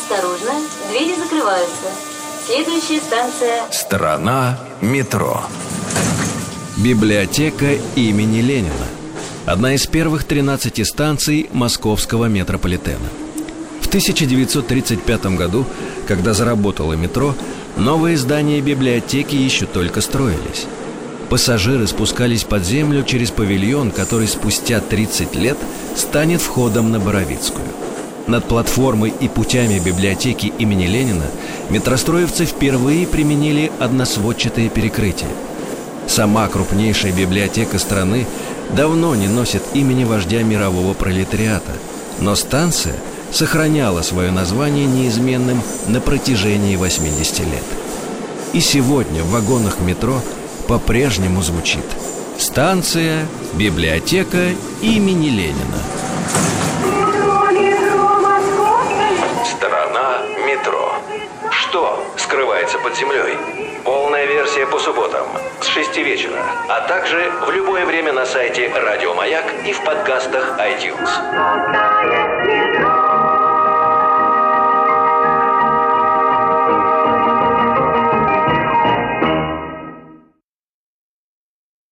Осторожно, двери закрываются. Следующая станция... Страна метро. Библиотека имени Ленина. Одна из первых 13 станций московского метрополитена. В 1935 году, когда заработало метро, новые здания библиотеки еще только строились. Пассажиры спускались под землю через павильон, который спустя 30 лет станет входом на Боровицкую. Над платформой и путями библиотеки имени Ленина метростроевцы впервые применили односводчатые перекрытия. Сама крупнейшая библиотека страны давно не носит имени вождя мирового пролетариата, но станция сохраняла свое название неизменным на протяжении 80 лет. И сегодня в вагонах метро по-прежнему звучит: станция, библиотека имени Ленина. Страна метро. Что скрывается под землей? Полная версия по субботам с 6 вечера, а также в любое время на сайте Радио Маяк и в подкастах iTunes.